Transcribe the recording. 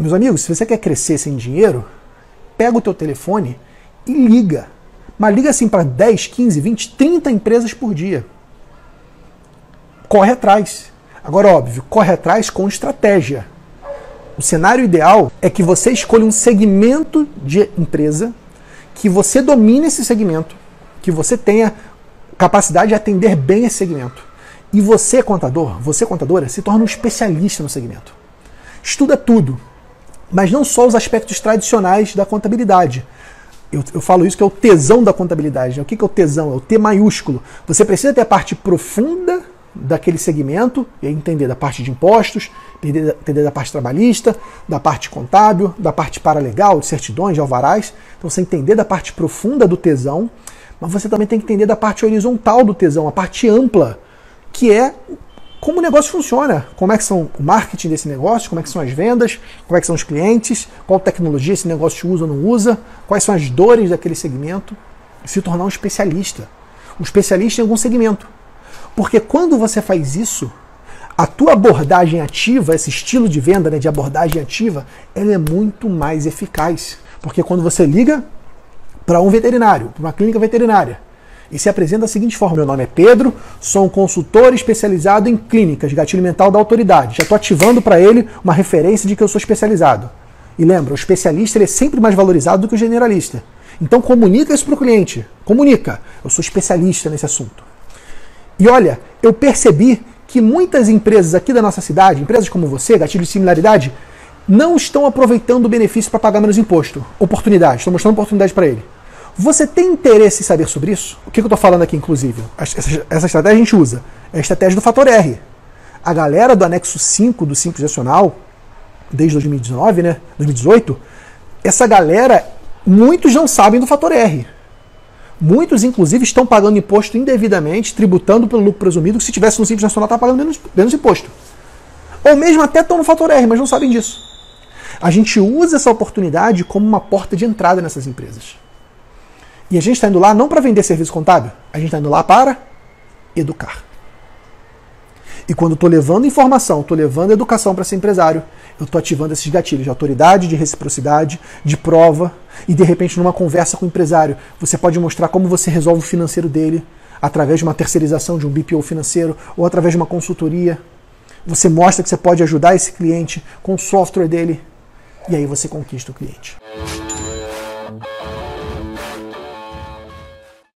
Meus amigos, se você quer crescer sem dinheiro, pega o teu telefone e liga. Mas liga assim para 10, 15, 20, 30 empresas por dia. Corre atrás. Agora, óbvio, corre atrás com estratégia. O cenário ideal é que você escolha um segmento de empresa, que você domine esse segmento, que você tenha capacidade de atender bem esse segmento. E você, contador, você, contadora, se torna um especialista no segmento. Estuda tudo, mas não só os aspectos tradicionais da contabilidade. Eu falo isso que é o tesão da contabilidade. O que é o tesão? É o T maiúsculo. Você precisa ter a parte profunda daquele segmento, e aí entender da parte de impostos, entender da parte trabalhista, da parte contábil, da parte paralegal, de certidões, de alvarás. Então você entender da parte profunda do tesão, mas você também tem que entender da parte horizontal do tesão, a parte ampla, que é como o negócio funciona, como é que são o marketing desse negócio, como é que são as vendas, como é que são os clientes, qual tecnologia esse negócio usa ou não usa, quais são as dores daquele segmento, e se tornar um especialista em algum segmento. Porque quando você faz isso, a tua abordagem ativa, esse estilo de venda, né, de abordagem ativa, ela é muito mais eficaz. Porque quando você liga para um veterinário, para uma clínica veterinária, e se apresenta da seguinte forma: meu nome é Pedro, sou um consultor especializado em clínicas, gatilho mental da autoridade. Já estou ativando para ele uma referência de que eu sou especializado. E lembra, o especialista ele é sempre mais valorizado do que o generalista. Então comunica isso para o cliente. Comunica. Eu sou especialista nesse assunto. E olha, eu percebi que muitas empresas aqui da nossa cidade, empresas como você, gatilho de similaridade, não estão aproveitando o benefício para pagar menos imposto. Oportunidade. Estou mostrando oportunidade para ele. Você tem interesse em saber sobre isso? O que eu estou falando aqui, inclusive? Essa estratégia a gente usa. É a estratégia do Fator R. A galera do anexo 5 do Simples Nacional, desde 2019, né? 2018, essa galera, muitos não sabem do Fator R. Muitos, inclusive, estão pagando imposto indevidamente, tributando pelo lucro presumido, que se tivesse no Simples Nacional, está pagando menos imposto. Ou mesmo até estão no Fator R, mas não sabem disso. A gente usa essa oportunidade como uma porta de entrada nessas empresas. E a gente está indo lá não para vender serviço contábil, a gente está indo lá para educar. E quando eu estou levando informação, estou levando educação para esse empresário, eu estou ativando esses gatilhos de autoridade, de reciprocidade, de prova, e de repente numa conversa com o empresário, você pode mostrar como você resolve o financeiro dele, através de uma terceirização de um BPO financeiro, ou através de uma consultoria. Você mostra que você pode ajudar esse cliente com o software dele, e aí você conquista o cliente.